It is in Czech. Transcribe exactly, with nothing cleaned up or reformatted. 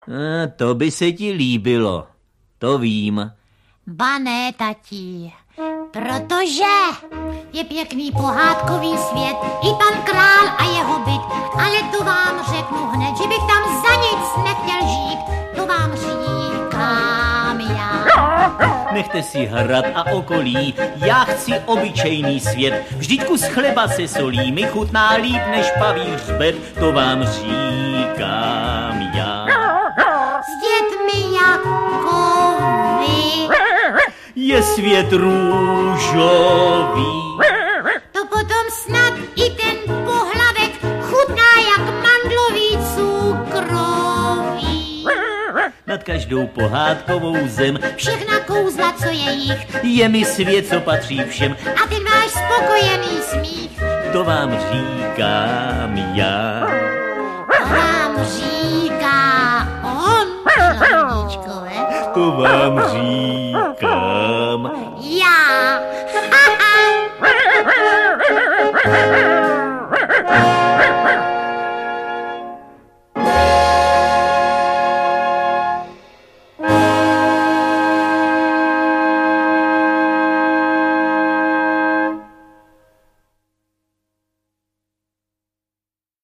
A to by se ti líbilo, to vím. Ba ne, tatí, protože je pěkný pohádkový svět, i pan král a jeho byt, ale to vám řeknu hned, že bych tam za nic nechtěl žít, to vám říkám já. Nechte si hrad a okolí, já chci obyčejný svět, vždyť kus chleba se solí mi chutná líp než paví hřbet, to vám říkám já. S dětmi jako vy je svět růžový. To potom snad i ten pohlavek chutná jak mandlový cukroví. Nad každou pohádkovou zem Všechna kouzla, co je jich, je mi svět, co patří všem. a ten váš spokojený smích, To vám říkám já. to vám říká on, šlavníčkové. To vám říkám Já.